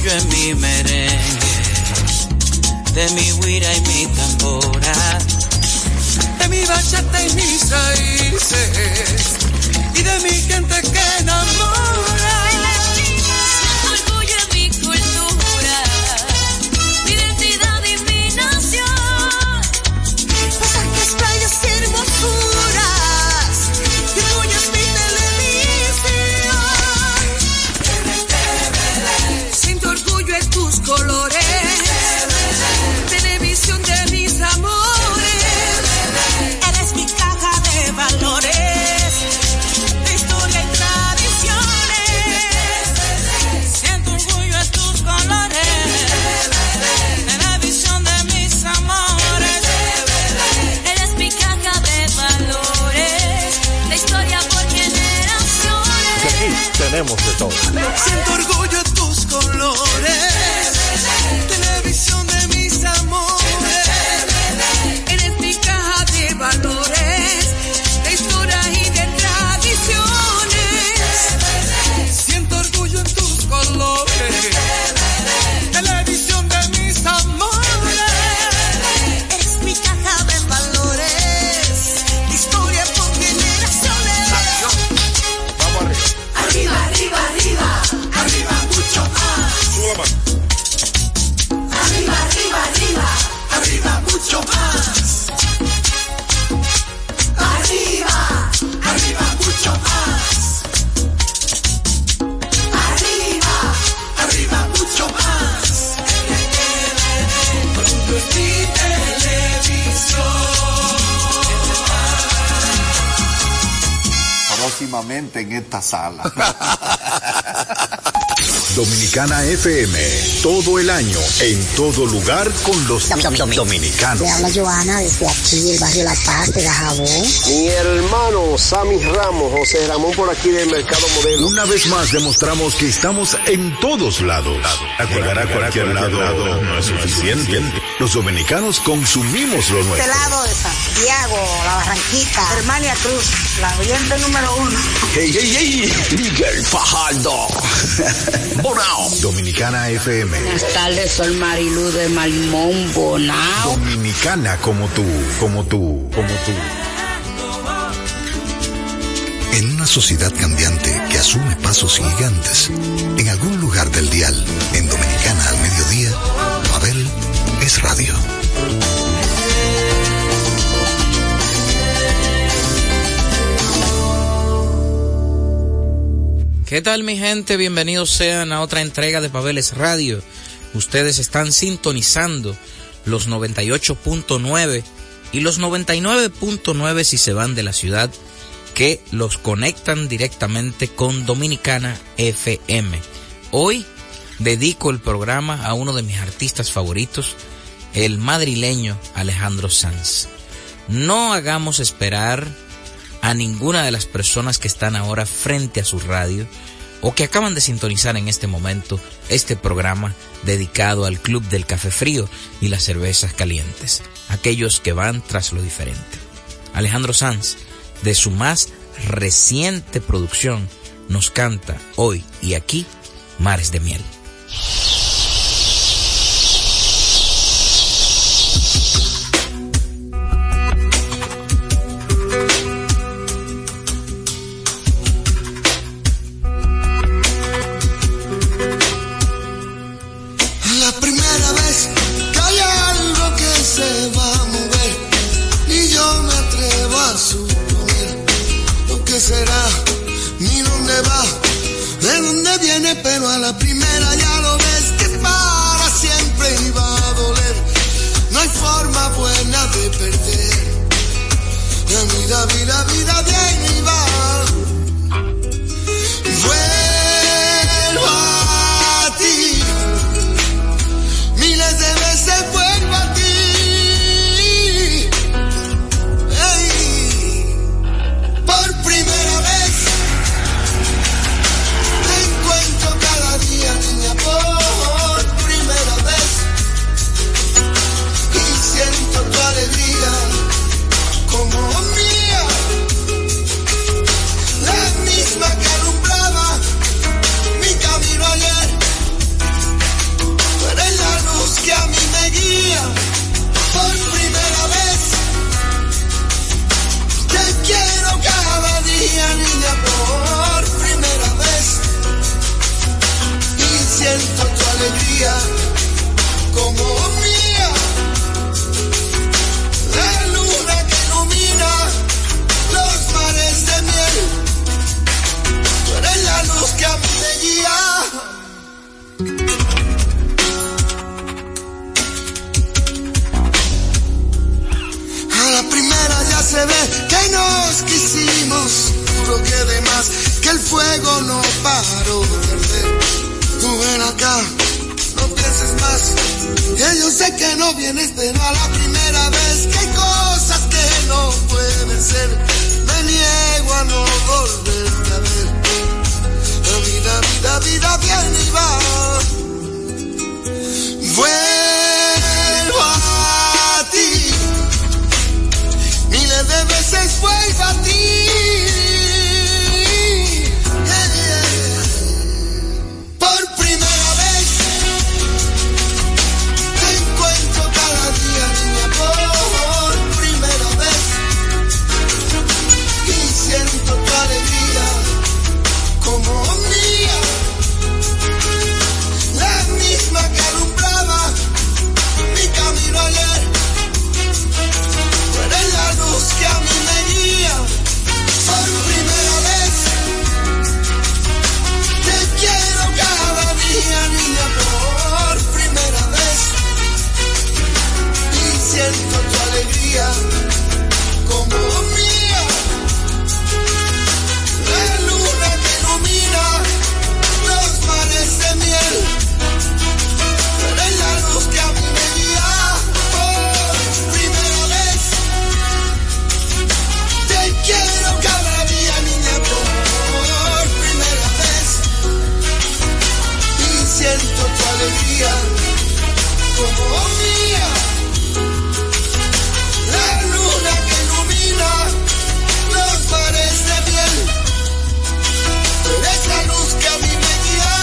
orgullo en mi merengue, de mi guira y mi tambora, de mi bachata y mis raíces, y de mi gente que enamora. Orgullo en mi cultura, mi identidad y mi nación. Pasajes, playas y hermosuras, y orgullo es mi televisión. Siento orgullo en tus colores, televisión de mis amores. Eres mi caja de valores, de historia y tradiciones. Siento orgullo en tus colores, televisión de mis amores. Eres mi caja de valores, de historia por generaciones. Aquí tenemos de todo. Siento orgullo en tus colores, televisión de mis amores. Eres mi caja de valores, de historia y de tradiciones. Siento orgullo en tus colores, televisión de mis amores. Eres mi caja de valores, de historia por generaciones. Vamos arriba. Arriba, arriba, arriba, arriba mucho más. Sube la mano. Arriba, arriba, arriba, arriba mucho más. Arriba, arriba mucho más. Arriba, arriba mucho más. Orgullo en mi televisión. Próximamente en esta sala. Dominicana FM, todo el año, en todo lugar con los dominicanos. Le habla Joana desde aquí del barrio La Paz de Dajabón. Mi hermano Sammy Ramos, José Ramón por aquí del Mercado Modelo. Una vez más demostramos que estamos en todos lados. Llegar a cualquier lado no es suficiente. Los dominicanos consumimos lo nuestro. Este lado de Santiago, La Barranquita, Hermania Cruz, la oyente número 1. ¡Hey, hey, hey! Miguel Fajardo. Bonao. Dominicana FM. Buenas tardes, soy Marilu de Malimón, Bonao. Dominicana como tú, como tú, como tú. En una sociedad cambiante que asume pasos gigantes, en algún lugar del dial, en Dominicana al mediodía, Mabel es radio. ¿Qué tal, mi gente? Bienvenidos sean a otra entrega de Pabeles Radio. Ustedes están sintonizando los 98.9 y los 99.9 si se van de la ciudad, que los conectan directamente con Dominicana FM. Hoy dedico el programa a uno de mis artistas favoritos, el madrileño Alejandro Sanz. No hagamos esperar a ninguna de las personas que están ahora frente a su radio o que acaban de sintonizar en este momento este programa dedicado al Club del Café Frío y las cervezas calientes, aquellos que van tras lo diferente. Alejandro Sanz, de su más reciente producción, nos canta hoy y aquí Mares de Miel. Pero a la primera ya lo ves que para siempre iba a doler. No hay forma buena de perder. La vida bien iba. Vuelvo a ti. Miles de veces vuelvo a ti. Hey. Por primera vez niña, por primera vez, y siento tu alegría como mía. fuego no paro de arder. Tú ven acá, no pienses más, que yo sé que no vienes, pero a la primera vez que hay cosas que no pueden ser, me niego a no volverte a ver. La vida viene y va. Vuelvo a ti, miles de veces vuelvo a ti. Por primera vez te encuentro cada día, niña, por primera vez, y siento tu alegría como mía, la misma que alumbraba mi camino ayer. Tú eres la luz que a mí me guía. Por primera vez te quiero cada día, niña, por primera vez, y siento tu alegría como mía, la luna que ilumina los mares de miel. Tú eres la luz que a mí me guía. Por primera vez te quiero cada día, niña, por primera vez, y siento tu alegría como mía, la luna que ilumina los mares de miel. Tú eres la luz que a mí me guía.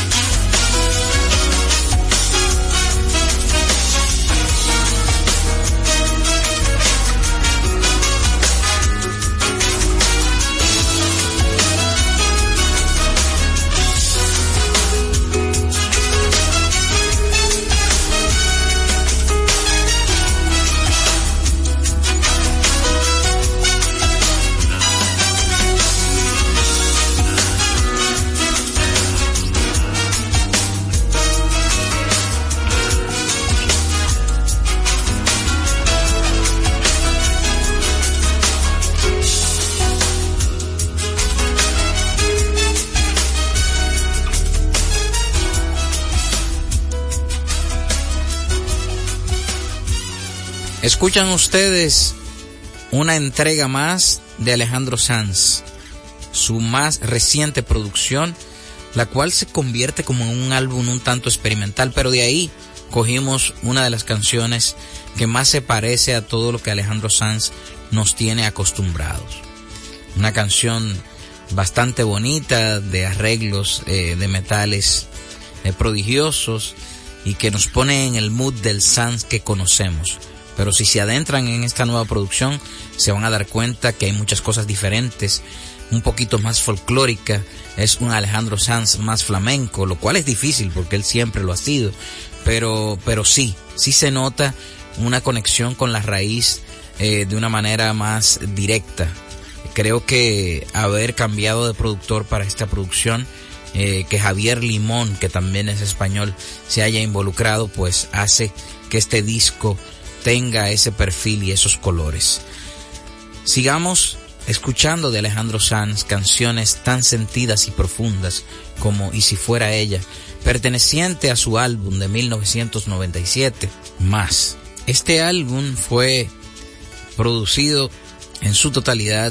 Escuchan ustedes una entrega más de Alejandro Sanz, su más reciente producción, la cual se convierte como en un álbum un tanto experimental, pero de ahí cogimos una de las canciones que más se parece a todo lo que Alejandro Sanz nos tiene acostumbrados. Una canción bastante bonita, de arreglos de metales prodigiosos y que nos pone en el mood del Sanz que conocemos. Pero si se adentran en esta nueva producción, se van a dar cuenta que hay muchas cosas diferentes, un poquito más folclórica, es un Alejandro Sanz más flamenco, lo cual es difícil porque él siempre lo ha sido, pero sí se nota una conexión con la raíz de una manera más directa. Creo que haber cambiado de productor para esta producción, que Javier Limón, que también es español, se haya involucrado, pues hace que este disco tenga ese perfil y esos colores. Sigamos escuchando de Alejandro Sanz canciones tan sentidas y profundas como Y si fuera ella, perteneciente a su álbum de 1997, Más. Este álbum fue producido en su totalidad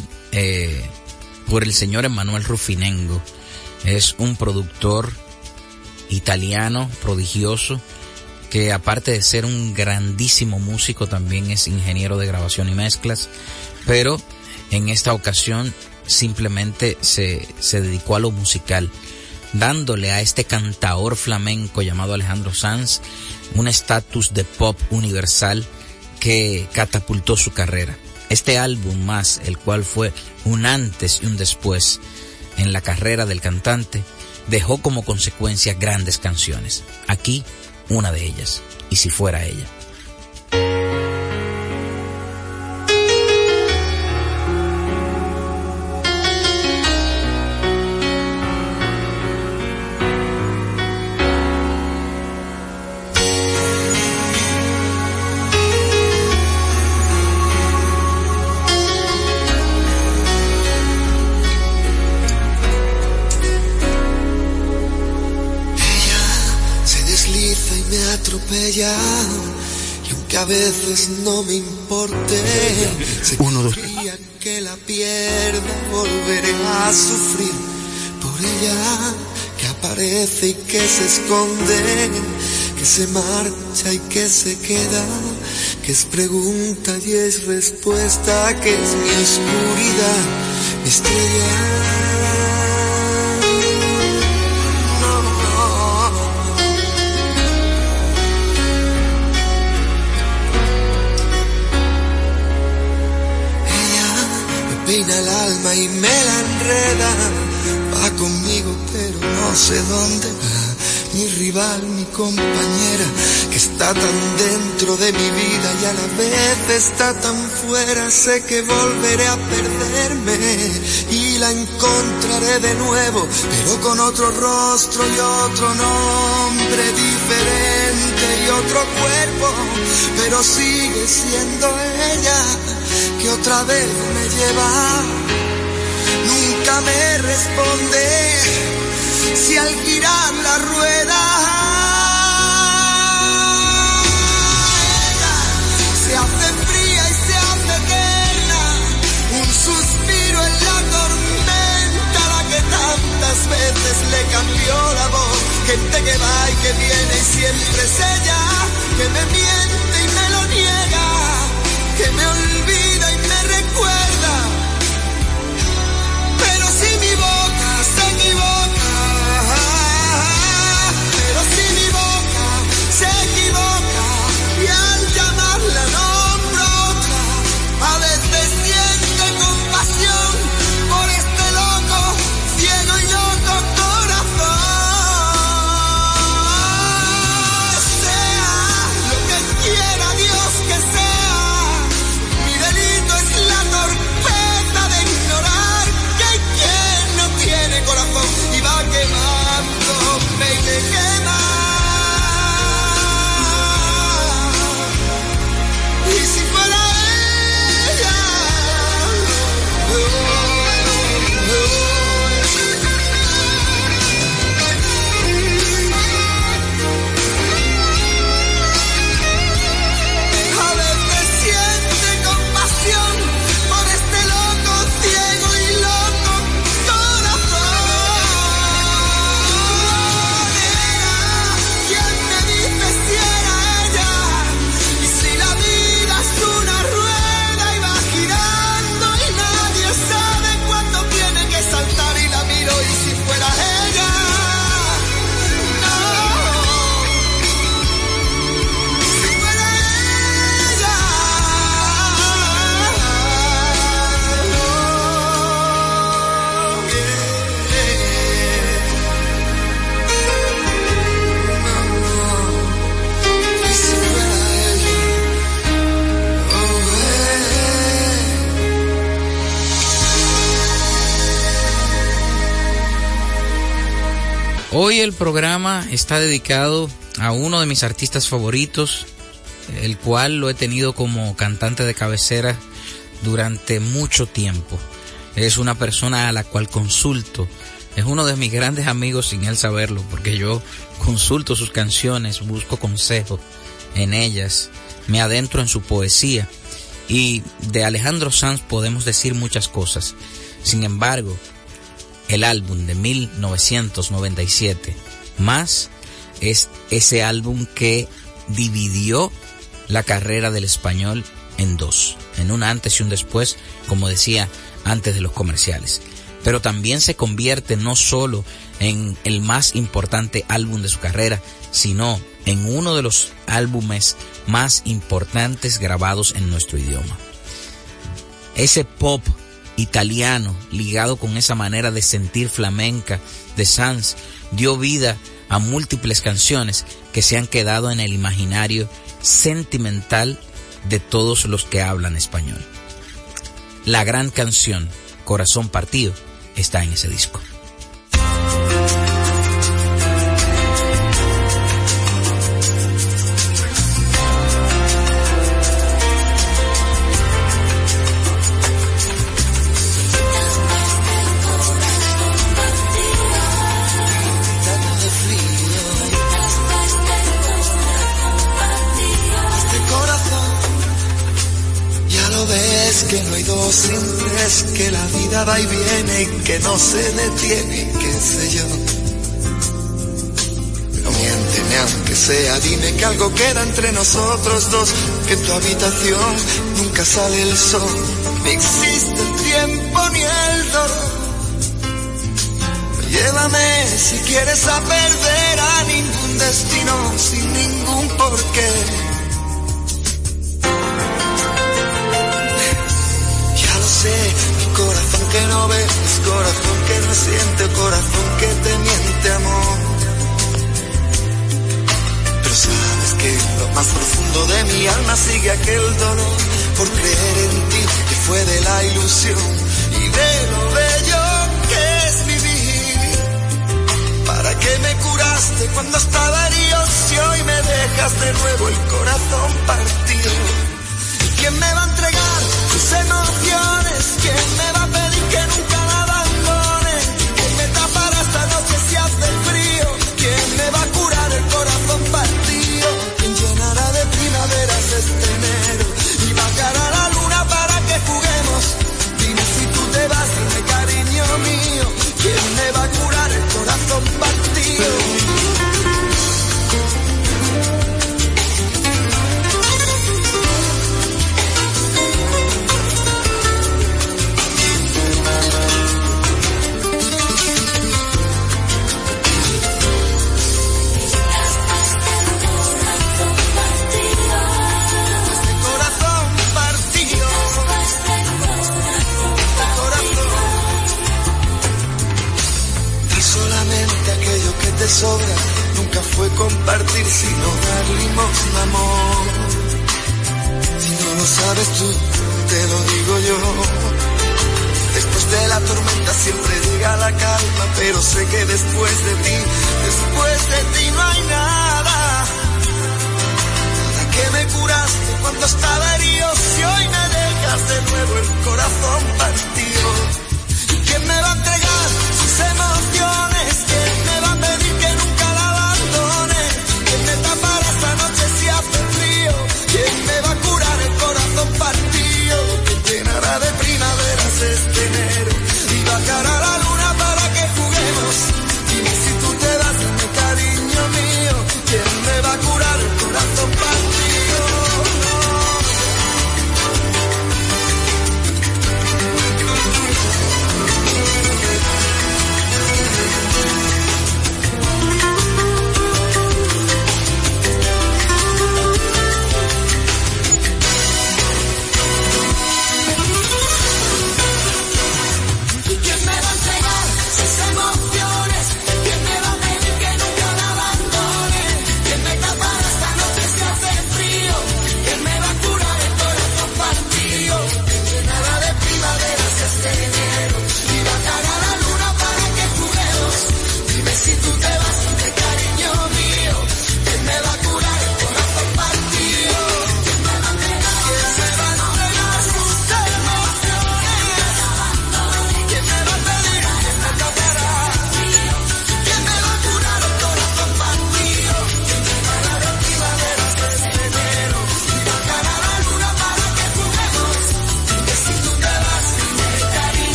por el señor Emanuel Rufinengo. Es un productor italiano prodigioso que, aparte de ser un grandísimo músico, también es ingeniero de grabación y mezclas, pero en esta ocasión simplemente se dedicó a lo musical, dándole a este cantaor flamenco llamado Alejandro Sanz un estatus de pop universal que catapultó su carrera. Este álbum Más, el cual fue un antes y un después en la carrera del cantante, dejó como consecuencia grandes canciones. Aquí una de ellas, Y si fuera ella. atropella. Y aunque a veces no me importe, sé que el día que la pierda volveré a sufrir por ella, que aparece y que se esconde, que se marcha y que se queda, que es pregunta y es respuesta, que es mi oscuridad, mi estrella. Peina el alma y me la enreda, va conmigo pero no sé dónde va, mi rival, mi compañera, que está tan dentro de mi vida y a la vez está tan fuera. Sé que volveré a perderme y la encontraré de nuevo, pero con otro rostro y otro nombre diferente y otro cuerpo, pero sigue siendo ella que otra vez me lleva. Nunca me responde si al girar la rueda ella se hace fría y se hace eterna, un suspiro en la tormenta, la que tantas veces le cambió la voz, gente que va y que viene y siempre es ella, que me miente y me lo niega, que me olvida y me recuerda, pero si mi boca se equivoca, pero si mi boca se equivoca, y al llamarla nombro otra, a veces siente compasión por este loco, ciego y loco corazón. Sea lo que quiera Dios que sea, corazón y va quemándome y me quema. Y si fuera ella, a veces siente compasión por este loco, ciego y loco corazón. Hoy el programa está dedicado a uno de mis artistas favoritos, el cual lo he tenido como cantante de cabecera durante mucho tiempo. Es una persona a la cual consulto, es uno de mis grandes amigos sin él saberlo, porque yo consulto sus canciones, busco consejo en ellas, me adentro en su poesía, y de Alejandro Sanz podemos decir muchas cosas. Sin embargo, el álbum de 1997, Más, es ese álbum que dividió la carrera del español en dos, en un antes y un después, como decía antes de los comerciales. Pero también se convierte no solo en el más importante álbum de su carrera, sino en uno de los álbumes más importantes grabados en nuestro idioma. Ese pop italiano, ligado con esa manera de sentir flamenca de Sanz, dio vida a múltiples canciones que se han quedado en el imaginario sentimental de todos los que hablan español. La gran canción Corazón Partido está en ese disco. simple es que la vida va y viene y que no se detiene, qué sé yo. Pero miénteme aunque sea, dime que algo queda entre nosotros dos, que en tu habitación nunca sale el sol, ni existe el tiempo ni el dolor. Llévame si quieres a perder a ningún destino sin ningún porqué. Ya lo sé, mi corazón que no ves, corazón que no siente, corazón que te miente, amor. Pero sabes que lo más profundo de mi alma sigue aquel dolor por creer en ti, que fue de la ilusión y de lo bello que es vivir. ¿Para qué me curaste cuando estaba herido si hoy me dejas de nuevo el corazón partido? ¿Y quién me va a entregar tus emociones? ¿Quién me va a pedir que nunca la abandone? ¿Quién me tapará esta noche si hace frío? ¿Quién me va a curar el corazón partido? ¿Quién llenará de primaveras este enero y bajará la luna para que juguemos? Dime si tú te vas, dime cariño mío, ¿quién me va a curar el corazón partido? Te sobra, nunca fue compartir sino dar limosna, amor. Si no lo sabes tú, te lo digo yo. Después de la tormenta siempre llega la calma, pero sé que después de ti no hay nada. ¿Para qué me curaste cuando estaba herido si hoy me dejas de nuevo el corazón partido? ¿Y quién me va a entregar sus emociones? ¿Quién me va a pedir que nunca la abandone? ¿Quién me tapará esta noche si hace frío? ¿Quién me va a curar el corazón partido? ¿Quién llenará de primaveras este enero y bajará la luna para que juguemos? Dime si tú te vas, dime cariño mío, ¿quién me va a curar el corazón partido?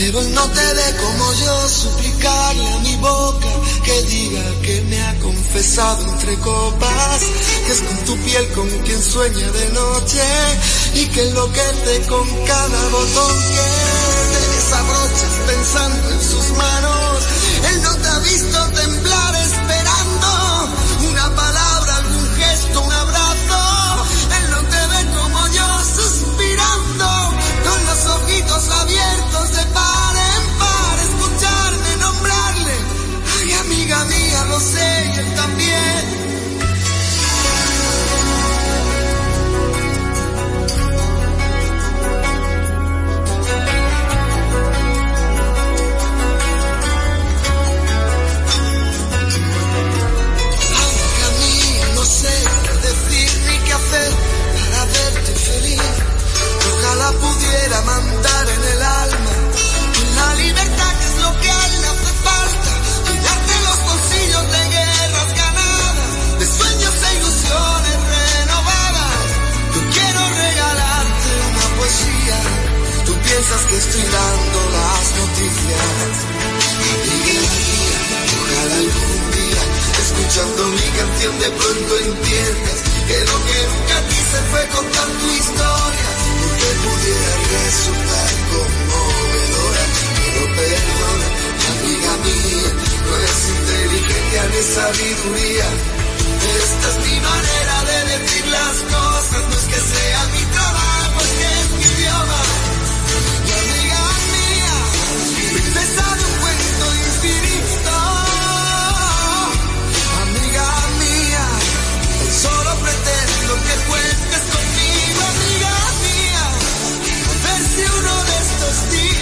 pero él no te ve como yo, suplicarle a mi boca que diga que me ha confesado entre copas, que es con tu piel con quien sueña de noche y que enloquece con cada botón que te desabrochas pensando en sus manos. Él no te ha visto temblar esperando una palabra, algún gesto, un abrazo. Él no te ve como yo suspirando con los ojitos abiertos de par en par, escucharme nombrarle. Ay, amiga mía, lo sé y él también. Para verte feliz, ojalá pudiera mandar en el alma la libertad que es lo que a él le hace falta, llenarte los bolsillos de guerras ganadas, de sueños e ilusiones renovadas. Yo quiero regalarte una poesía, tú piensas que estoy dando las noticias. Ojalá algún día, escuchando mi canción, de pronto entiendas que lo que nunca quise fue contar tu historia, porque pudiera resultar conmovedora. Pero perdona, amiga mía, no es inteligencia ni sabiduría. Esta es mi manera de decir las cosas, no es que sea mi trabajo, es que es mi idioma. Y amiga mía, princesa de un cuento infinito. Amiga mía, solo pretendo que cuentes conmigo, amiga mía, a ver si uno de estos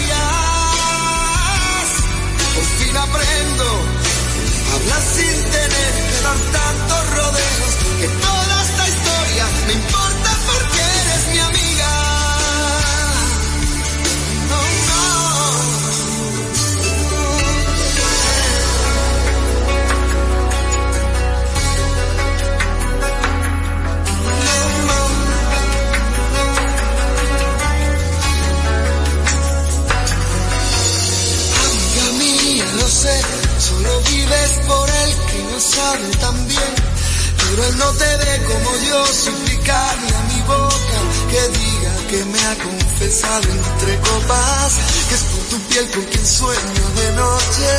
días por fin aprendo a hablar sin tener que dar tantos rodeos, que toda esta historia me importa porque eres mi amiga. No, no. Solo vives por él que no sabe tan bien, pero él no te ve como yo, suplicarle a mi boca que diga que me ha confesado entre copas, que es por tu piel con quien sueño de noche.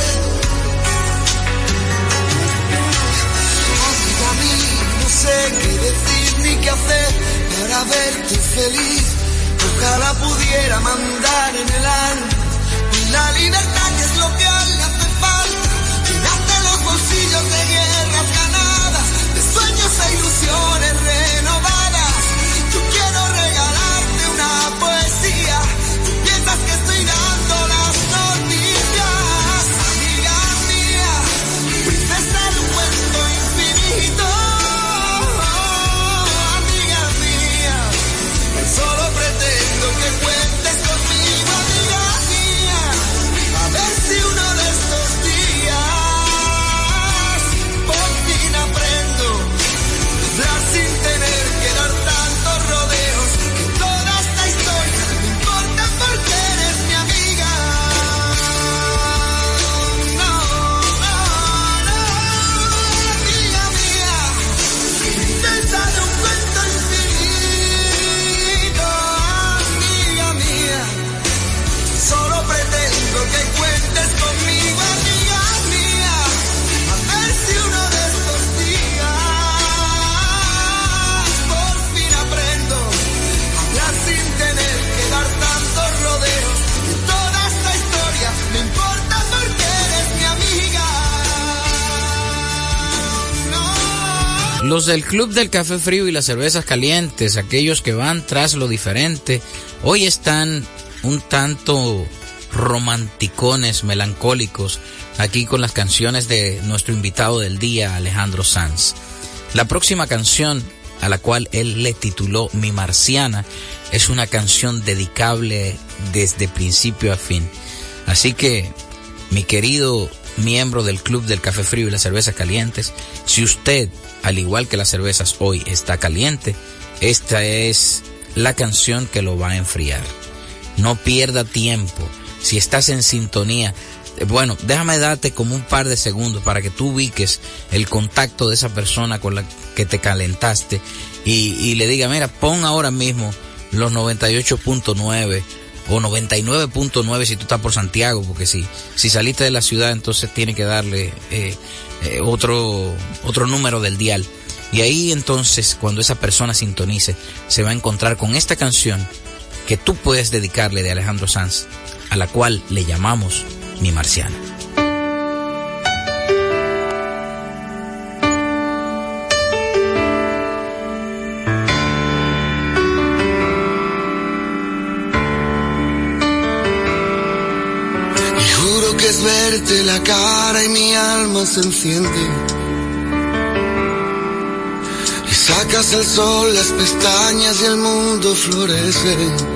Amiga mía, no sé qué decir ni qué hacer para verte feliz, ojalá pudiera mandar en el alma la libertad que es lo que a él le hace falta, llenarte los bolsillos de guerras ganadas, de sueños e ilusiones renovadas. Yo quiero regalarte una poesía, tú piensas que estoy dando las noticias. Amiga mía, princesa de un cuento infinito. Amiga mía, solo pretendo que cuentes conmigo, amiga mía. A ver si uno de estos días por fin aprendo a hablar sin tener que dar tantos rodeos, que toda esta historia me importa porque eres mi amiga. No, no, no, amiga mía, princesa de un cuento infinito. Amiga mía, solo pretendo que cuentes conmigo, amiga mía, a ver si uno de estos días por fin aprendo a hablar sin tener que dar tantos rodeos, que toda esta historia me importa porque eres mi amiga. No. Los del Club del Café Frío y las Cervezas Calientes, aquellos que van tras lo diferente, hoy están un tanto romanticones, melancólicos, aquí con las canciones de nuestro invitado del día, Alejandro Sanz. La próxima canción, a la cual él le tituló Mi Marciana, es una canción dedicable desde principio a fin. Así que, mi querido miembro del Club del Café Frío y las Cervezas Calientes, si usted, al igual que las cervezas hoy, está caliente, esta es la canción que lo va a enfriar. No pierda tiempo. si estás en sintonía. Bueno, déjame darte como un par de segundos para que tú ubiques el contacto de esa persona con la que te calentaste y le diga, mira, pon ahora mismo los 98.9 o 99.9 si tú estás por Santiago, porque si saliste de la ciudad entonces tiene que darle otro número del dial. Y ahí entonces, cuando esa persona sintonice, se va a encontrar con esta canción que tú puedes dedicarle de Alejandro Sanz, a la cual le llamamos Mi Marciana. Y juro que es verte la cara y mi alma se enciende. Y sacas el sol, las pestañas y el mundo florece.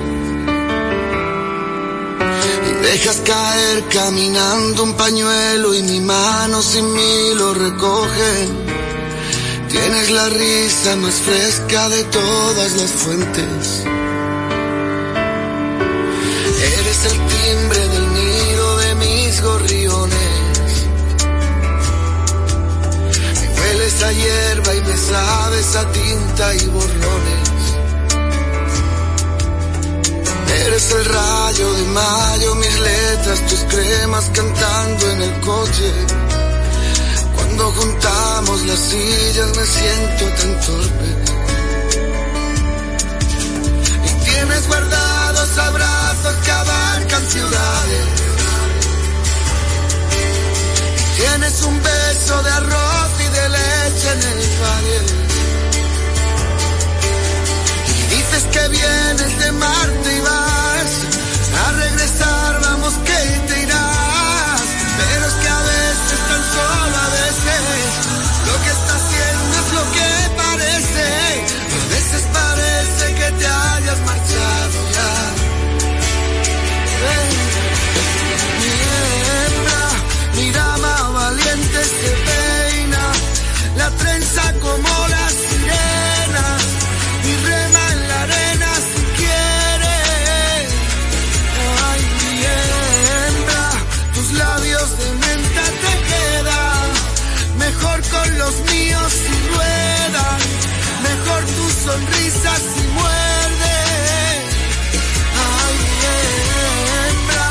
Dejas caer caminando un pañuelo y mi mano sin mí lo recoge. Tienes la risa más fresca de todas las fuentes. Eres el timbre del nido de mis gorriones. Me hueles a hierba y me sabes a tinta y borrones. Eres el rayo de mayo, mis letras, tus cremas cantando en el coche. Cuando juntamos las sillas me siento tan torpe. Y tienes guardados abrazos que abarcan ciudades. Y tienes un beso de arroz y de leche en el valle. Dices que vienes de Marte y vas a regresar, vamos que te irás. Pero es que a veces, tan solo a veces, lo que está haciendo es lo que parece. A veces parece que te hayas marchado ya. Mi hembra, mi dama valiente se peina, la trenza como la sirena, y rema en la arena si quiere. Ay, mi hembra, tus labios de menta te quedan mejor con los míos si ruedan, mejor tu sonrisa si muerde. Ay, mi hembra.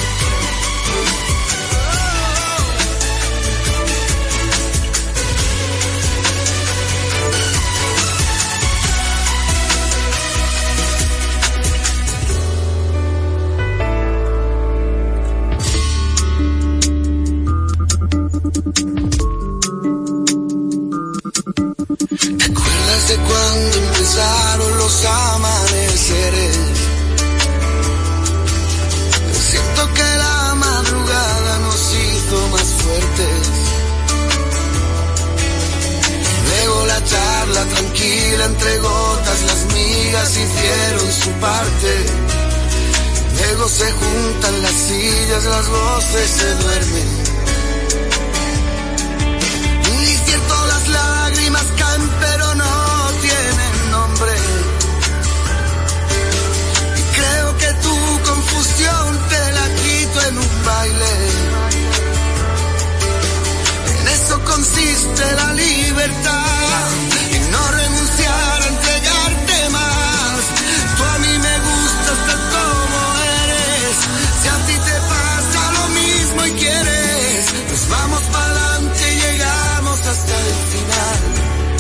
¿Te acuerdas de cuando empezaron los amaneceres? Siento que la madrugada nos hizo más fuertes. Luego la charla tranquila entre gotas, las migas hicieron su parte. Luego se juntan las sillas, las voces se duermen. Las lágrimas caen pero no tienen nombre. Y creo que tu confusión te la quito en un baile. En eso consiste la libertad, en no renunciar a entregarte más. Tú a mí me gustas tal como eres. Si a ti te pasa lo mismo y quieres, pues vamos para adelante y llegamos hasta el final.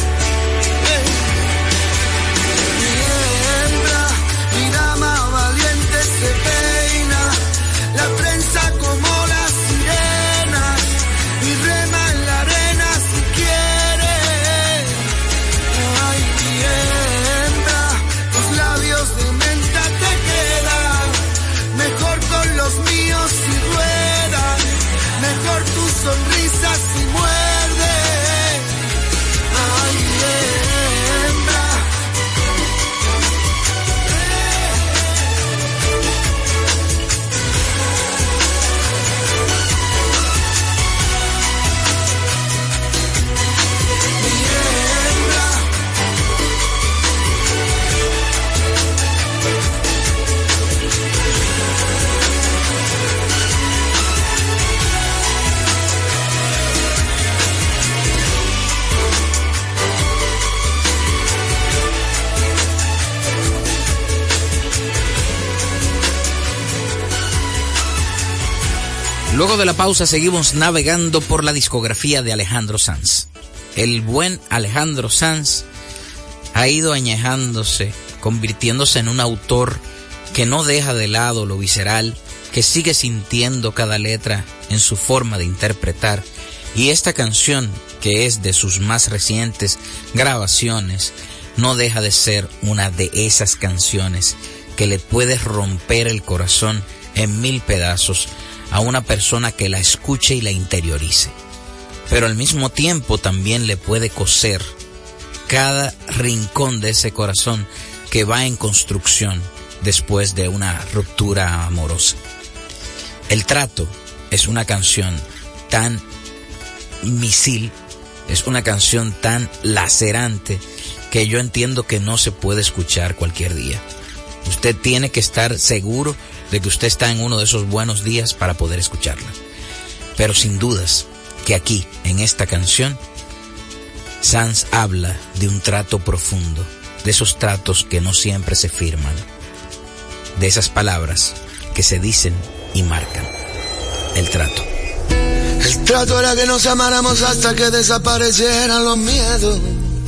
Luego de la pausa seguimos navegando por la discografía de Alejandro Sanz. El buen Alejandro Sanz ha ido añejándose, convirtiéndose en un autor que no deja de lado lo visceral, que sigue sintiendo cada letra en su forma de interpretar. Y esta canción, que es de sus más recientes grabaciones, no deja de ser una de esas canciones que le puede romper el corazón en 1000 pedazos a una persona que la escuche y la interiorice. Pero al mismo tiempo también le puede coser cada rincón de ese corazón que va en construcción después de una ruptura amorosa. El Trato es una canción tan misil, es una canción tan lacerante que yo entiendo que no se puede escuchar cualquier día. Usted tiene que estar seguro de que usted está en uno de esos buenos días para poder escucharla. Pero sin dudas que aquí, en esta canción, Sanz habla de un trato profundo, de esos tratos que no siempre se firman, de esas palabras que se dicen y marcan. El trato. El trato era que nos amáramos hasta que desaparecieran los miedos.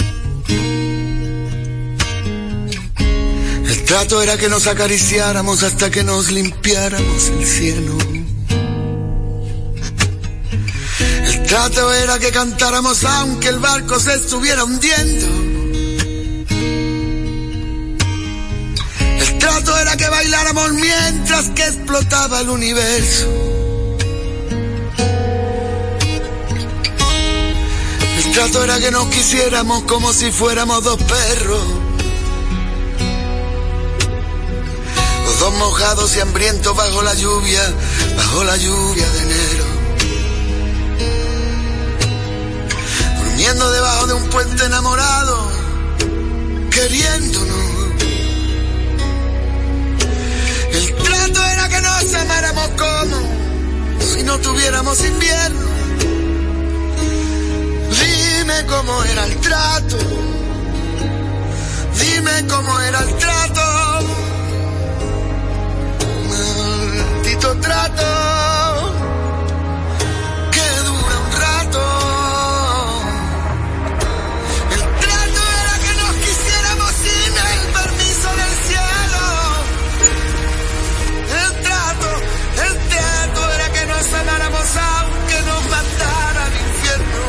El trato era que nos acariciáramos hasta que nos limpiáramos el cielo. El trato era que cantáramos aunque el barco se estuviera hundiendo. El trato era que bailáramos mientras que explotaba el universo. El trato era que nos quisiéramos como si fuéramos dos perros, los dos mojados y hambrientos bajo la lluvia de enero, durmiendo debajo de un puente enamorado, queriéndonos. El trato era que nos amáramos como si no tuviéramos invierno. Dime cómo era el trato, dime cómo era el trato, maldito trato que dura un rato. El trato era que nos quisiéramos sin el permiso del cielo. El trato era que nos amáramos aunque nos mandara al infierno.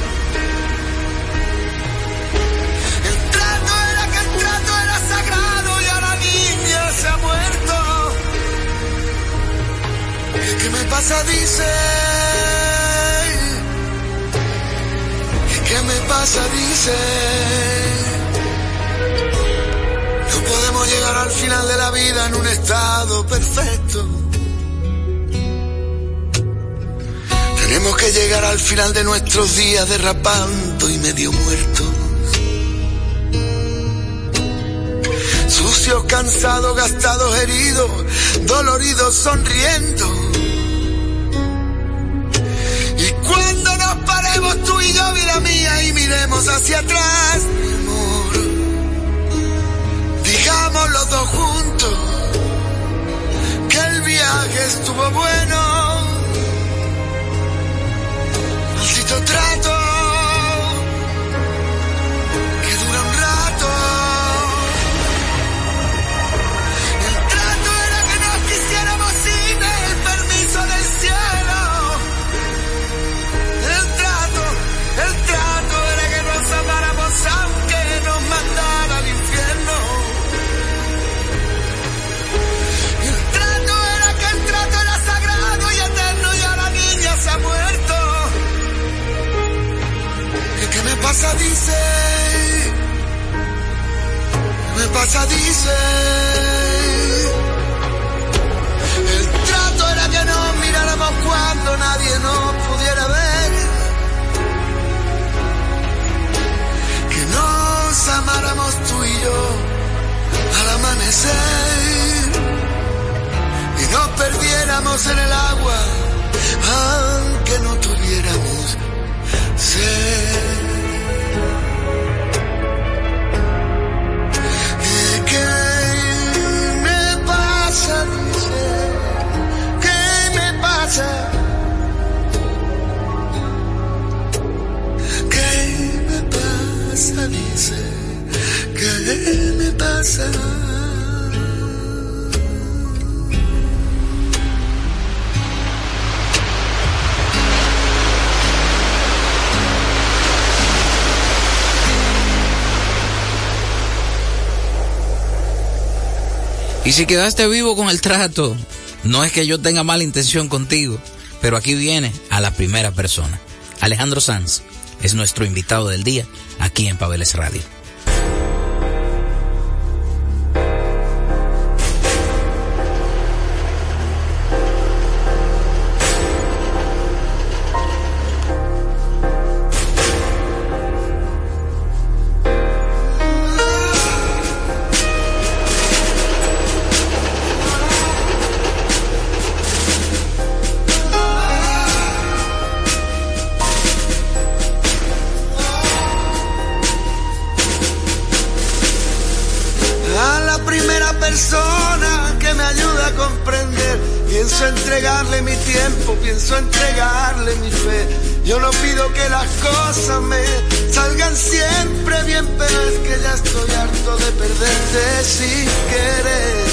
¿Qué me pasa? Dice. ¿Qué me pasa? Dice. No podemos llegar al final de la vida en un estado perfecto. Tenemos que llegar al final de nuestros días derrapando y medio muertos. Sucios, cansados, gastados, heridos, doloridos, sonriendo. Y cuando nos paremos tú y yo, vida mía, y miremos hacia atrás, mi amor, digamos los dos juntos que el viaje estuvo bueno. Maldito trato que dura un rato. Me pasa, dice, me pasa, dice. El trato era que nos miráramos cuando nadie nos pudiera ver, que nos amáramos tú y yo al amanecer y nos perdiéramos en el agua aunque no tuviéramos sed. ¿Qué me pasa? sé qué me pasa. Y si quedaste vivo con el trato, no es que yo tenga mala intención contigo, pero aquí viene a la primera persona. Alejandro Sanz es nuestro invitado del día aquí en Pabeles Radio. Pienso entregarle mi tiempo, pienso entregarle mi fe. Yo no pido que las cosas me salgan siempre bien, pero es que ya estoy harto de perderte sin querer.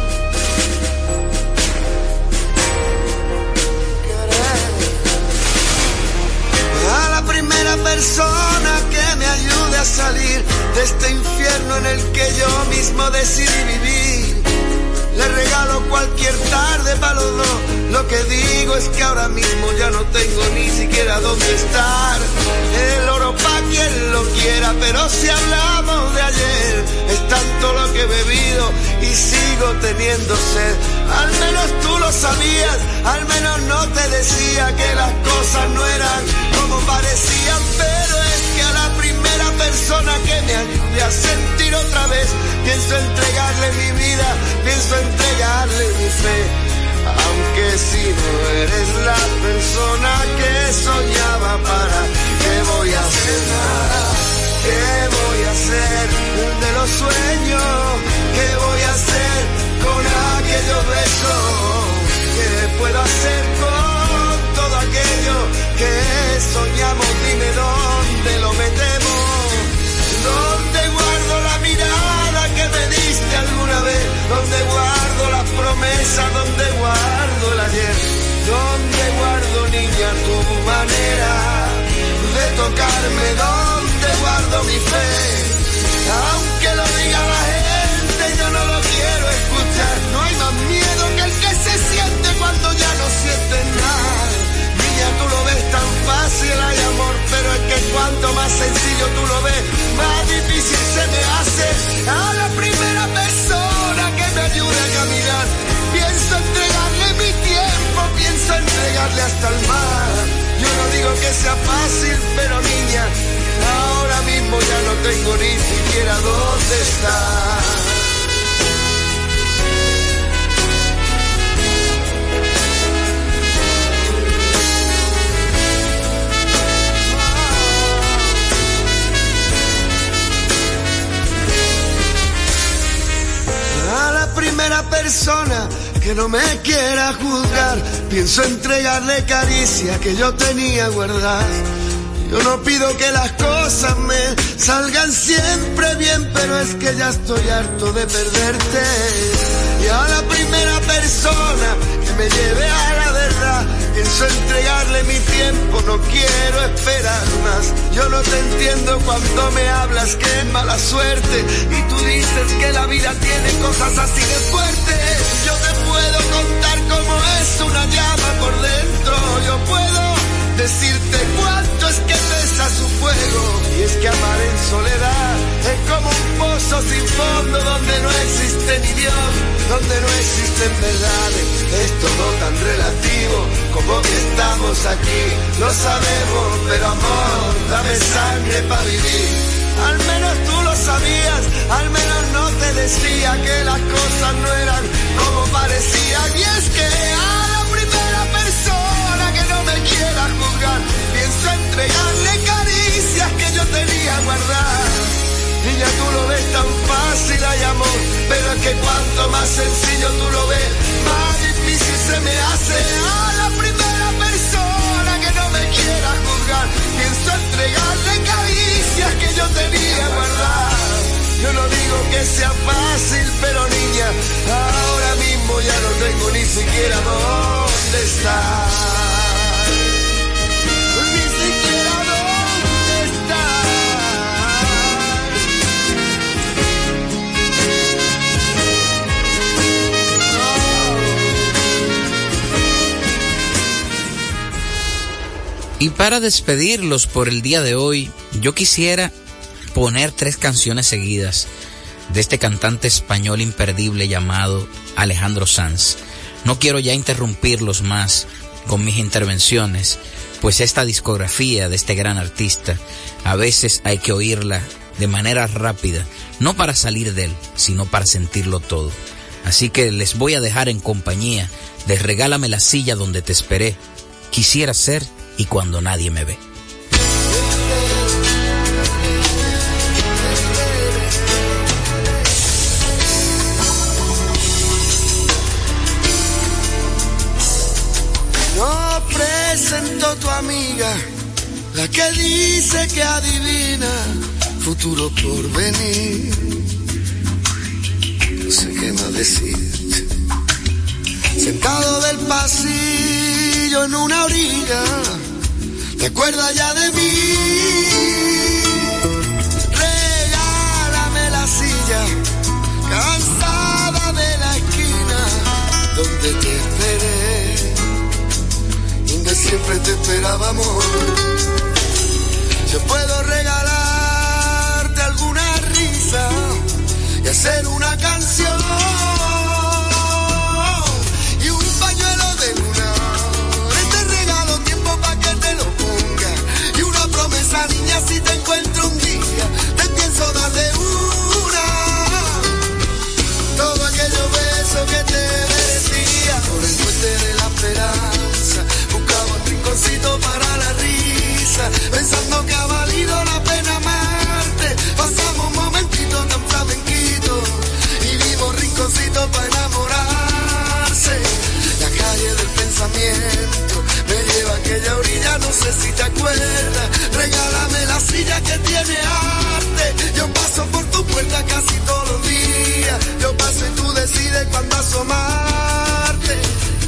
A la primera persona que me ayude a salir de este infierno en el que yo mismo decidí vivir, le regalo cualquier tarde para los dos. Lo que digo es que ahora mismo ya no tengo ni siquiera dónde estar. El oro pa' quien lo quiera, pero si hablamos de ayer, es tanto lo que he bebido y sigo teniendo sed. Al menos tú lo sabías, al menos no te decía que las cosas no eran como parecían, pero es que a la primera persona que me ayude a sentir otra vez, pienso entregarle mi vida, pienso entregarle mi fe. Aunque si no eres la persona que soñaba, ¿para qué voy a hacer nada? ¿Qué voy a hacer de los sueños? ¿Qué voy a hacer con aquellos besos? ¿Qué puedo hacer con todo aquello que soñamos? Dime dónde lo metemos, dónde guardo la mirada que me diste alguna vez, dónde guardo las promesas, dónde guardo el ayer, dónde guardo, niña, tu manera de tocarme, dónde guardo mi fe. Aunque lo diga la gente, yo no lo quiero escuchar. No hay más miedo que el que se siente cuando ya no sientes nada. Niña, tú lo ves tan fácil, hay amor, pero es que cuanto más sencillo tú lo ves, más difícil se me hace. A la primera persona que me ayude a caminar, pienso entregarle mi tiempo, pienso entregarle hasta el mar. Yo no digo que sea fácil, pero niña, ahora mismo ya no tengo ni siquiera dónde estar. A la primera persona que no me quiera juzgar, pienso entregarle caricia que yo tenía guardada. Yo no pido que las cosas me salgan siempre bien, pero es que ya estoy harto de perderte. Y a la primera persona que me lleve a la verdad, pienso entregarle mi tiempo, no quiero esperar más. Yo no te entiendo cuando me hablas que es mala suerte y tú dices que la vida tiene cosas así de fuertes. Yo te puedo contar cómo es una llama por dentro, yo puedo decirte cuánto es que pesa su fuego. Y es que amar en soledad es como un pozo sin fondo donde no existe ni Dios, donde no existen verdades. Es todo tan relativo como que estamos aquí. Lo sabemos, pero amor, dame sangre para vivir. Al menos tú lo sabías, al menos no te decía que las cosas no eran como parecían. Y es que a la primera persona que no me quiera juzgar, pienso entregarle caricias que yo tenía guardadas. Niña, tú lo ves tan fácil, hay amor, pero es que cuanto más sencillo tú lo ves, más difícil se me hace. A la primera persona que no me quiera juzgar, pienso entregarle caricias que yo lo tenía guardado. Yo no digo que sea fácil, pero niña, ahora mismo ya no tengo ni siquiera dónde estar. Ni siquiera dónde estar. Y para despedirlos por el día de hoy, yo quisiera poner 3 canciones seguidas de este cantante español imperdible llamado Alejandro Sanz. No quiero ya interrumpirlos más con mis intervenciones, pues esta discografía de este gran artista a veces hay que oírla de manera rápida, no para salir de él, sino para sentirlo todo. Así que les voy a dejar en compañía de Regálame la silla donde te esperé, Quisiera ser y Cuando nadie me ve. No presento tu amiga, la que dice que adivina futuro por venir. No sé qué más decirte. Sentado del pasillo en una orilla, ¿te acuerdas ya de mí? Regálame la silla, cansada de la esquina donde te esperé, donde siempre te esperaba, amor. Yo puedo regalarte alguna risa y hacer una canción. Niña, si te encuentro un día, te pienso dar de una. Todo aquellos besos que te decía por el puente de la esperanza, buscaba un rinconcito para la risa, pensando que ha valido la pena amarte. Pasamos un momentito tan flamenquito y vimos rinconcito para enamorarse. La calle del pensamiento me lleva a aquella orilla, no sé si te acuerdas. Regálame la silla que tiene arte. Yo paso por tu puerta casi todos los días. Yo paso y tú decides cuándo asomarte.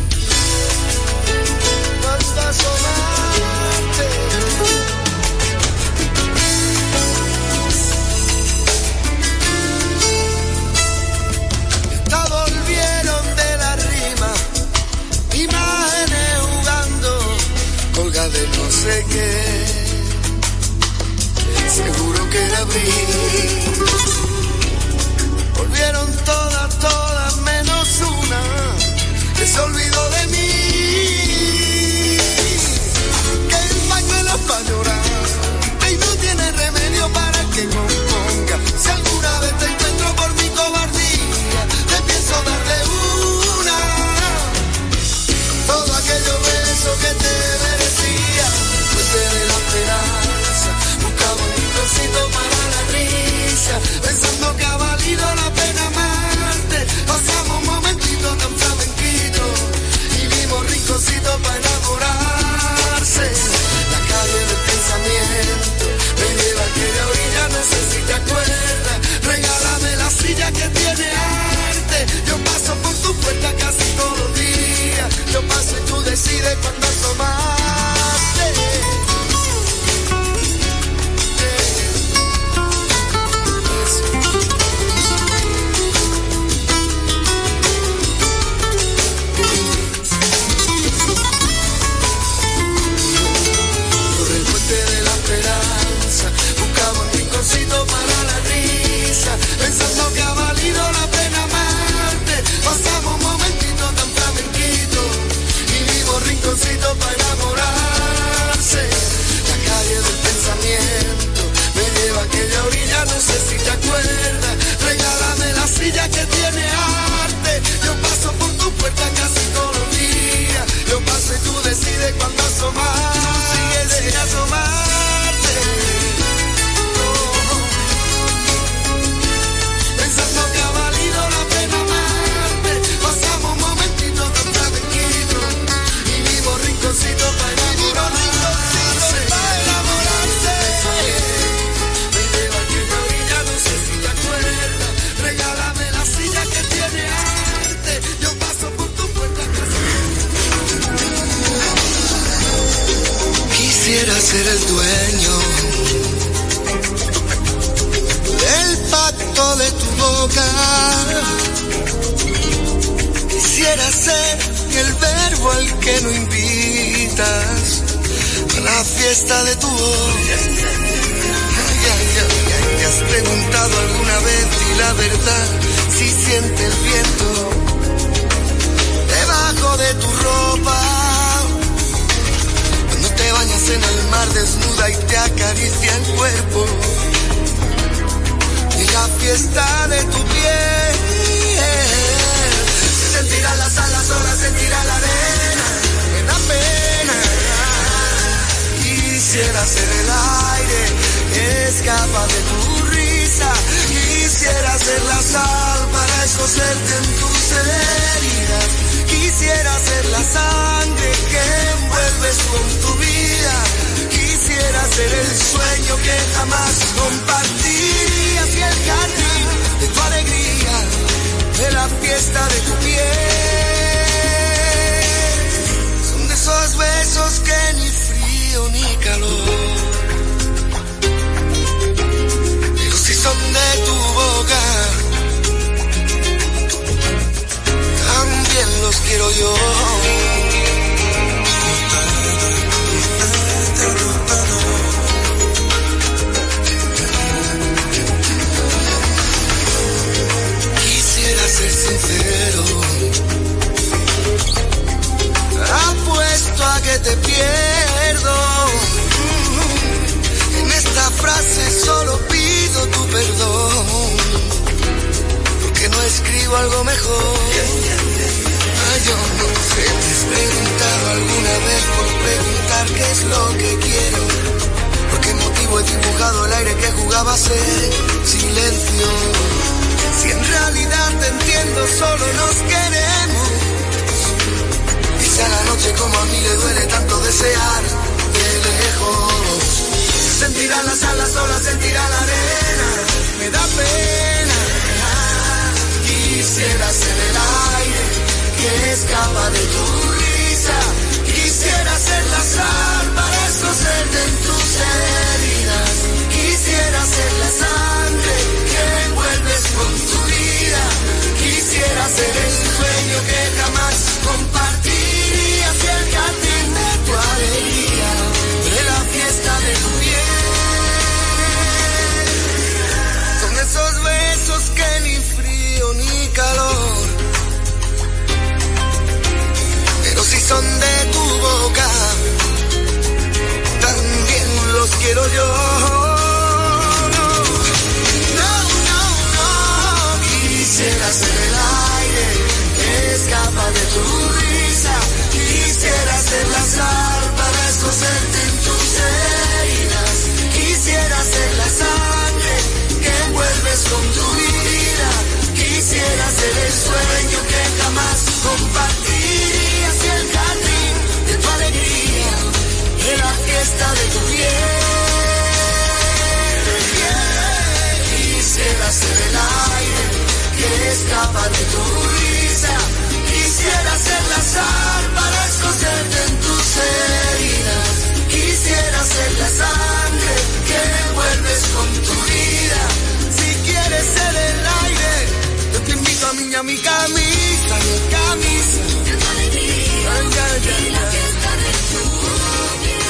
Cuándo asomarte. Esta volvieron de la rima, imágenes jugando, colga de no sé qué. Seguro que era abril. Volvieron todas, todas menos una que se olvidó de mí. Que el pañuelo para llorar y no tiene remedio para que componga. Si alguna vez te encuentro por mi cobardía, te pienso dar de una. Todo aquello beso que te merecía, pues te de la boca. Quisiera ser el verbo al que no invitas a la fiesta de tu voz. ¿Te has preguntado alguna vez y la verdad si siente el viento debajo de tu ropa? Cuando te bañas en el mar desnuda y te acaricia el cuerpo. Y la fiesta de tu piel. Sentirá las alas, ahora sentirá la arena. Me da pena. Quisiera ser el aire que escapa de tu risa. Quisiera ser la sal para escocerte en tus heridas. Quisiera ser la sangre que envuelves con tu vida. Quisiera ser el sueño que jamás compartirías y el jardín de tu alegría, de la fiesta de tu piel. Son de esos besos que ni frío ni calor, pero si son de tu boca, también los quiero yo. Ser sincero, apuesto a que te pierdo. En esta frase solo pido tu perdón, porque no escribo algo mejor. Yo no sé, te has preguntado alguna vez por preguntar qué es lo que quiero, por qué motivo he dibujado el aire que jugaba a ser silencio. Si en realidad te entiendo, solo nos queremos. Dice a la noche como a mí le duele tanto desear de lejos. Sentirá las alas, sola sentirá la arena. Me da pena. Quisiera ser el aire que escapa de tu risa. Quisiera ser la sal para escocerte en tus heridas. Quisiera ser la sangre que envuelves con tu vida. Quisiera ser el sueño que jamás compartirías y el jardín de tu alegría, de la fiesta de tu piel. Son esos besos que ni frío ni calor, pero si son de tu boca, también los quiero yo. Quisiera ser el aire que escapa de tu risa. Quisiera ser la sal para escocerte en tus heridas. Quisiera ser la sangre que envuelves con tu vida. Quisiera ser el sueño que jamás compartirías y el jardín de tu alegría, de la fiesta de tu piel. Quisiera ser el aire que escapa de tu risa. Quisiera ser la sal para escocerte en tus heridas. Quisiera ser la sangre que envuelves con tu vida. Si quieres ser el aire, yo te invito a mi camisa, mi camisa. De tu alegría, y la fiesta de tu vida.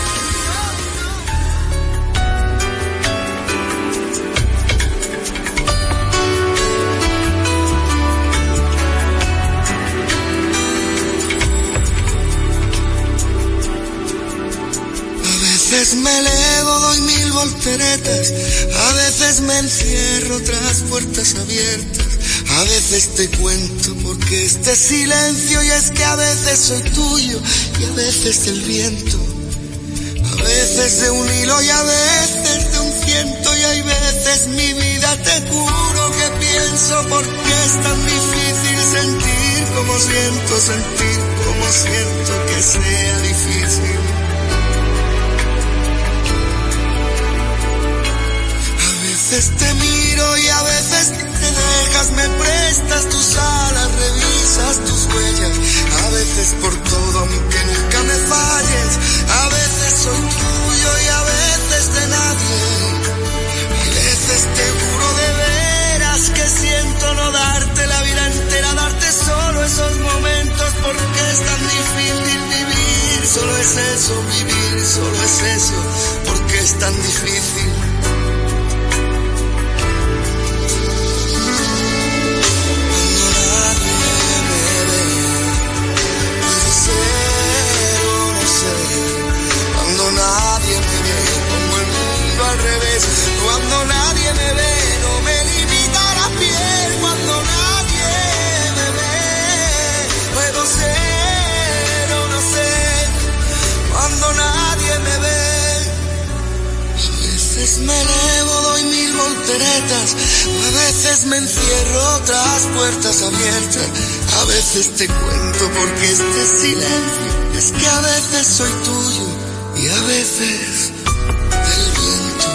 A veces me elevo, doy 1000 volteretas, a veces me encierro tras puertas abiertas, a veces te cuento porque este silencio, y es que a veces soy tuyo y a veces del viento, a veces de un hilo y a veces de un ciento, y hay veces mi vida te juro que pienso porque es tan difícil sentir como siento, sentir como siento que sea difícil. A veces te miro y a veces te dejas, me prestas tus alas, revisas tus huellas, a veces por todo aunque nunca me falles, a veces soy tuyo y a veces de nadie, y a veces te juro de veras que siento eso, vivir solo es eso, porque es tan difícil. Nadie me ve, pongo el mundo al revés. Cuando nadie me ve, no me limita la piel. Cuando nadie me ve, puedo ser o no ser. Cuando nadie me ve, a veces me elevo, doy 1000 volteretas. A veces me encierro tras puertas abiertas. A veces te cuento porque este silencio es que a veces soy tuyo y a veces del viento.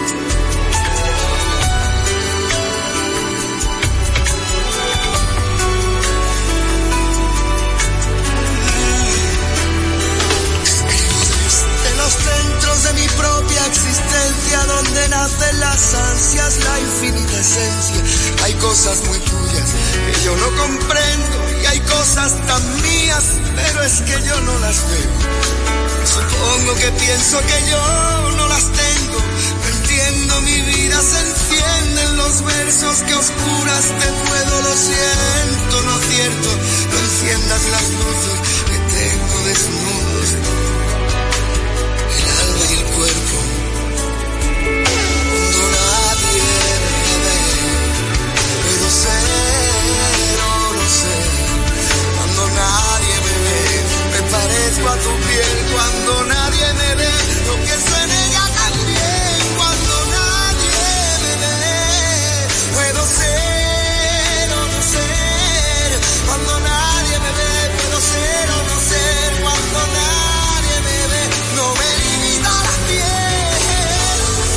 Escribo desde los centros de mi propia existencia, donde nacen las ansias, la infinita esencia. Hay cosas muy tuyas que yo no comprendo y hay cosas tan mías, pero es que yo no las veo. Supongo que pienso que yo no las tengo. No entiendo, mi vida se enciende en los versos que oscuras te puedo. Lo siento, no es cierto. No enciendas las luces que tengo desnudos, el alma y el cuerpo. Cuando nadie me ve, puedo ser o no ser. Cuando nadie me ve, me parezco a tu piel. Cuando nadie me ve, lo que se nega también. Cuando nadie me ve, puedo ser o no ser. Cuando nadie me ve, puedo ser o no ser. Cuando nadie me ve, no me limita la piel.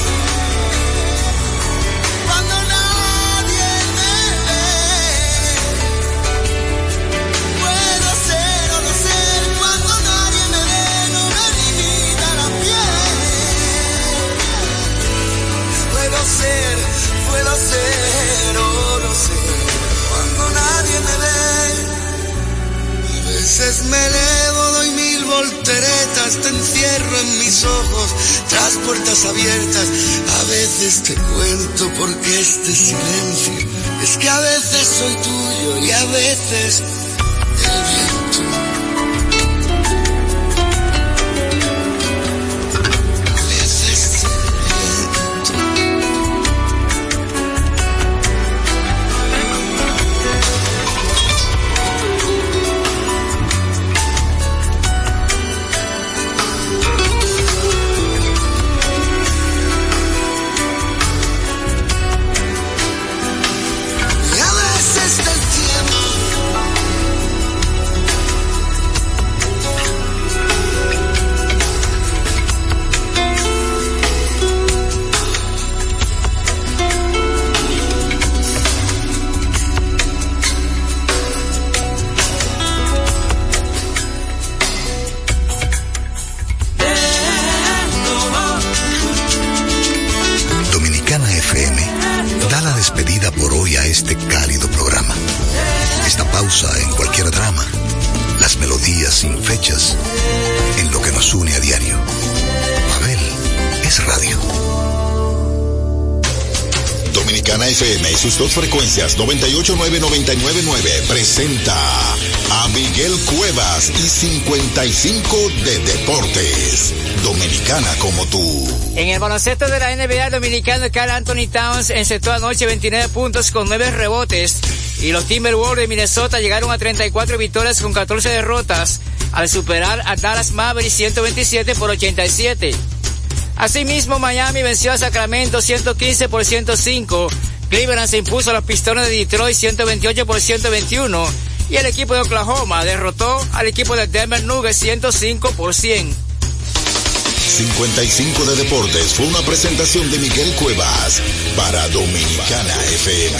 Cuando nadie me ve, puedo ser o no ser. Cuando nadie me ve, no me limita la piel. Puedo ser o no ser. Cuando nadie me ve, a veces me elevo, doy 1000 volteretas, te encierro en mis ojos, tras puertas abiertas. A veces te cuento porque este silencio es que a veces soy tuyo y a veces el viento. Este cálido programa. Esta pausa en cualquier drama. Las melodías sin fechas. En lo que nos une a diario. Abel es radio. Dominicana FM y sus dos frecuencias 98.9, presenta a Miguel Cuevas y 55 de Deportes. Dominicana como tú. En el baloncesto de la NBA, el dominicano Karl Anthony Towns encestó anoche 29 puntos con 9 rebotes y los Timberwolves de Minnesota llegaron a 34 victorias con 14 derrotas al superar a Dallas Mavericks 127-87. Asimismo, Miami venció a Sacramento 115-105, Cleveland se impuso a los Pistones de Detroit 128-121 y el equipo de Oklahoma derrotó al equipo de Denver Nuggets 105-100. 55 de Deportes fue una presentación de Miguel Cuevas para Dominicana FM.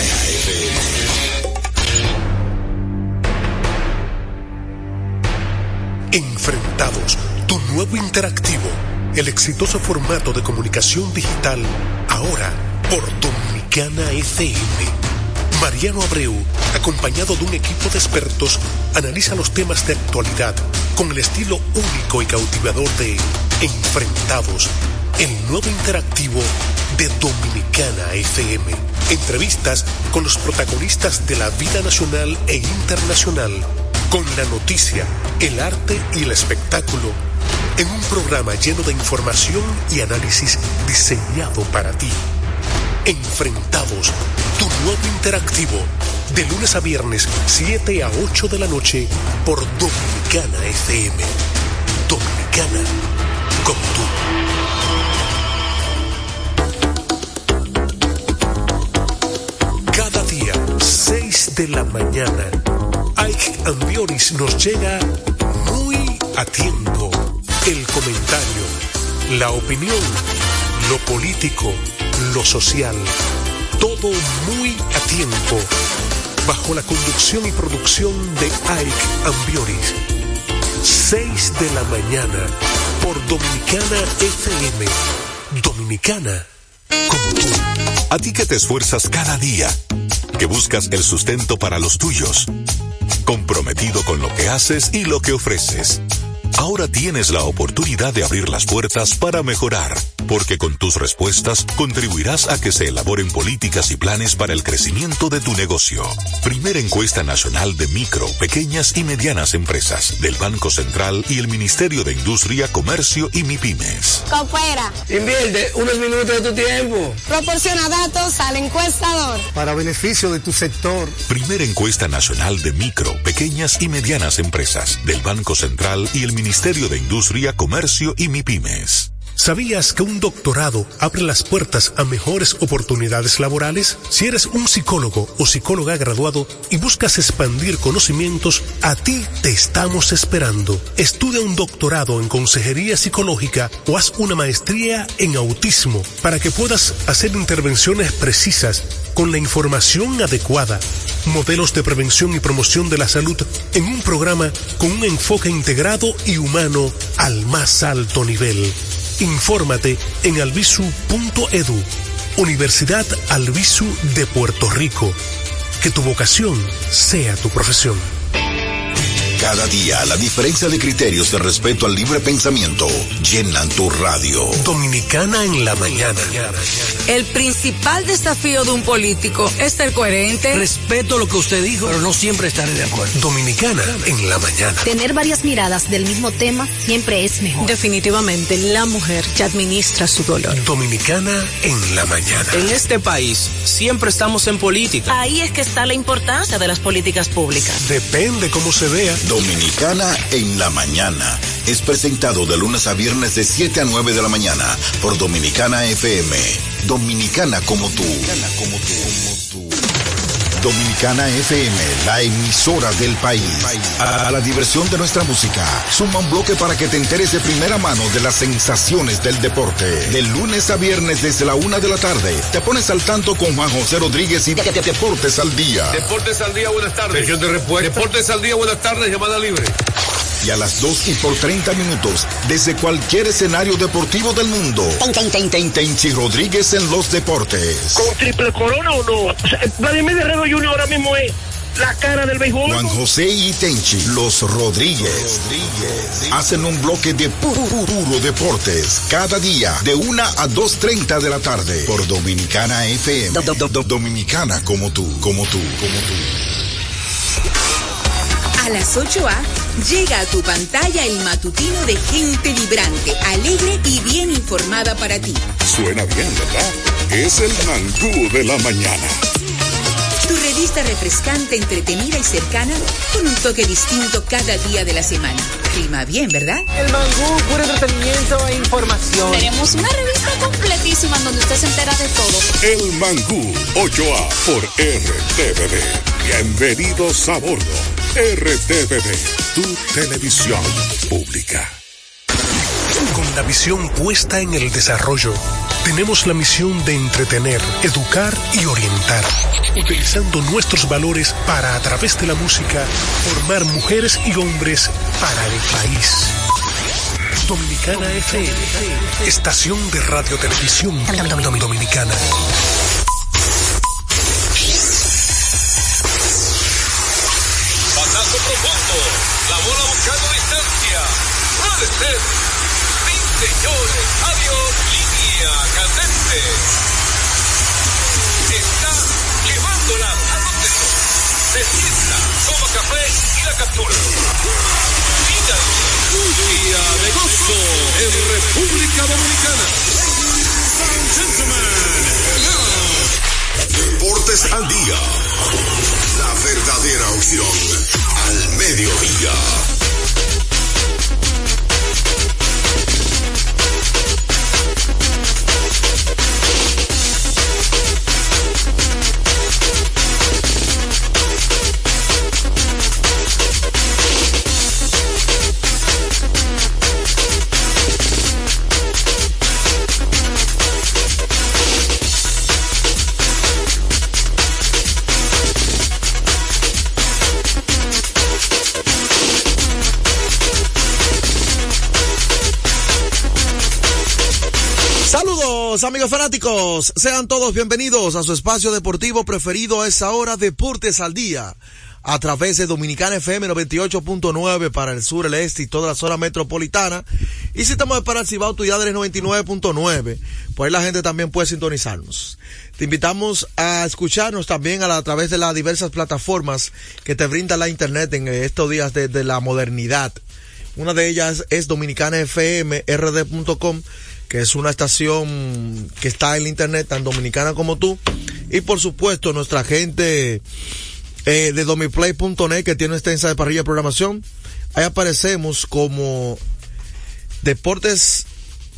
Enfrentados, tu nuevo interactivo, el exitoso formato de comunicación digital, ahora por Dominicana FM. Mariano Abreu, acompañado de un equipo de expertos, analiza los temas de actualidad con el estilo único y cautivador de Enfrentados, el nuevo interactivo de Dominicana FM. Entrevistas con los protagonistas de la vida nacional e internacional, con la noticia, el arte y el espectáculo, en un programa lleno de información y análisis diseñado para ti. Enfrentados, tu nuevo interactivo, de lunes a viernes, 7 a 8 de la noche, por Dominicana FM. Dominicana, como tú. Cada día, 6 de la mañana, Ike Ambioris nos llega muy a tiempo. El comentario, la opinión, lo político, lo social, todo muy a tiempo, bajo la conducción y producción de Ike Ambioris. 6 de la mañana, por Dominicana FM. Dominicana, como tú. A ti que te esfuerzas cada día, que buscas el sustento para los tuyos, comprometido con lo que haces y lo que ofreces. Ahora tienes la oportunidad de abrir las puertas para mejorar, porque con tus respuestas contribuirás a que se elaboren políticas y planes para el crecimiento de tu negocio. Primera encuesta nacional de micro, pequeñas y medianas empresas del Banco Central y el Ministerio de Industria, Comercio y MIPYMES. Coopera. Invierte unos minutos de tu tiempo. Proporciona datos al encuestador. Para beneficio de tu sector. Primera encuesta nacional de micro, pequeñas y medianas empresas del Banco Central y el Ministerio de Industria, Comercio y MIPYMES. ¿Sabías que un doctorado abre las puertas a mejores oportunidades laborales? Si eres un psicólogo o psicóloga graduado y buscas expandir conocimientos, a ti te estamos esperando. Estudia un doctorado en consejería psicológica o haz una maestría en autismo para que puedas hacer intervenciones precisas con la información adecuada, modelos de prevención y promoción de la salud en un programa con un enfoque integrado y humano al más alto nivel. Infórmate en albisu.edu, Universidad Albisu de Puerto Rico. Que tu vocación sea tu profesión. Cada día, la diferencia de criterios de respeto al libre pensamiento llenan tu radio. Dominicana en la mañana. El principal desafío de un político es ser coherente. Respeto lo que usted dijo, pero no siempre estaré de acuerdo. Dominicana en la mañana. Tener varias miradas del mismo tema siempre es mejor. Definitivamente, la mujer ya administra su dolor. Dominicana en la mañana. En este país, siempre estamos en política. Ahí es que está la importancia de las políticas públicas. Depende cómo se vea. Dominicana en la mañana. Es presentado de lunes a viernes de 7 a 9 de la mañana por Dominicana FM. Dominicana como tú. Dominicana FM, la emisora del país. A la diversión de nuestra música, suma un bloque para que te enteres de primera mano de las sensaciones del deporte. De lunes a viernes desde la 1 de la tarde, te pones al tanto con Juan José Rodríguez y Deportes al Día. Deportes al Día, buenas tardes. Deportes al Día, buenas tardes, llamada libre. Y a las 2 y por 30 minutos, desde cualquier escenario deportivo del mundo, Tenchi Rodríguez en los deportes. ¿Con triple corona o no? O sea, Vladimir Guerrero Jr. ahora mismo es la cara del béisbol. Juan José y Tenchi, los Rodríguez, hacen un bloque de puro deportes, cada día, de 1 a 2:30 de la tarde, por Dominicana FM. Dominicana como tú. A las 8 llega a tu pantalla el matutino de gente vibrante, alegre y bien informada para ti. Suena bien, ¿verdad? Es el mangú de la mañana. Tu revista refrescante, entretenida y cercana, con un toque distinto cada día de la semana. Rima bien, ¿verdad? El mangú, puro entretenimiento e información. Tenemos una revista completísima donde usted se entera de todo. El mangú, 8A por RTVD. Bienvenidos a bordo. RTVD, tu televisión pública. Con la visión puesta en el desarrollo, tenemos la misión de entretener, educar y orientar, utilizando nuestros valores para, a través de la música, formar mujeres y hombres para el país. Dominicana FM, estación de radio televisión dominicana. usted, sí señores, adiós, línea candente. Está llevándola a donde no. Se sienta, toma café y la captura. Día de gozo en República Dominicana. Deportes al día. La verdadera opción al mediodía. Amigos fanáticos, sean todos bienvenidos a su espacio deportivo preferido a esa hora, Deportes al Día, a través de Dominicana FM 98.9 para el sur, el este y toda la zona metropolitana, y si estamos para el Cibao, tu Yadres 99.9, pues la gente también puede sintonizarnos. Te invitamos a escucharnos también a través de las diversas plataformas que te brinda la internet en estos días de la modernidad. Una de ellas es dominicanafmrd.com, que es una estación que está en la internet, tan dominicana como tú, y por supuesto nuestra gente de domiplay.net, que tiene extensa de parrilla de programación. Ahí aparecemos como Deportes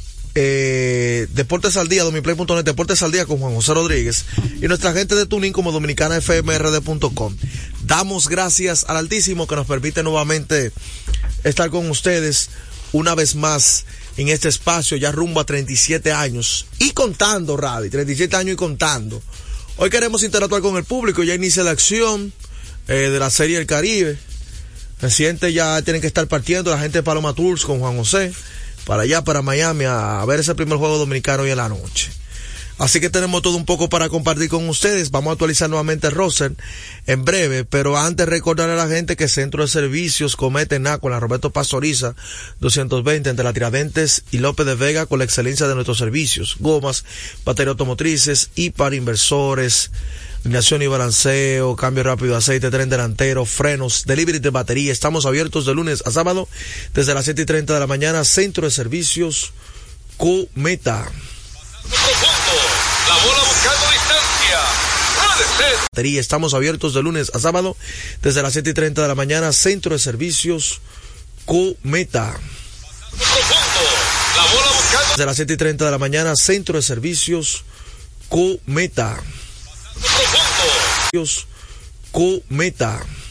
al Día, domiplay.net, Deportes al Día con Juan José Rodríguez, y nuestra gente de Tuning como dominicanafmrd.com. Damos gracias al Altísimo que nos permite nuevamente estar con ustedes una vez más en este espacio, ya rumbo a 37 años y contando, Radi, 37 años y contando. Hoy queremos interactuar con el público, ya inicia la acción de la Serie del Caribe. Reciente ya tienen que estar partiendo la gente de Paloma Tours con Juan José para allá, para Miami, a ver ese primer juego dominicano hoy en la noche. Así que tenemos todo un poco para compartir con ustedes. Vamos a actualizar nuevamente el roster en breve, pero antes recordar a la gente que Centro de Servicios Cometa Naco en la Roberto Pastoriza 220 entre la Tiradentes y López de Vega, con la excelencia de nuestros servicios: gomas, baterías automotrices y para inversores, alineación y balanceo, cambio rápido de aceite, tren delantero, frenos, delivery de batería. Estamos abiertos de lunes a sábado desde las 7:30 de la mañana. Centro de Servicios Cometa. La bola buscando distancia. Puede ser. Estamos abiertos de lunes a sábado desde las 7:30 de la mañana. Centro de Servicios Cometa. La bola buscando. Desde las 7:30 de la mañana. Centro de Servicios Cometa. Cometa.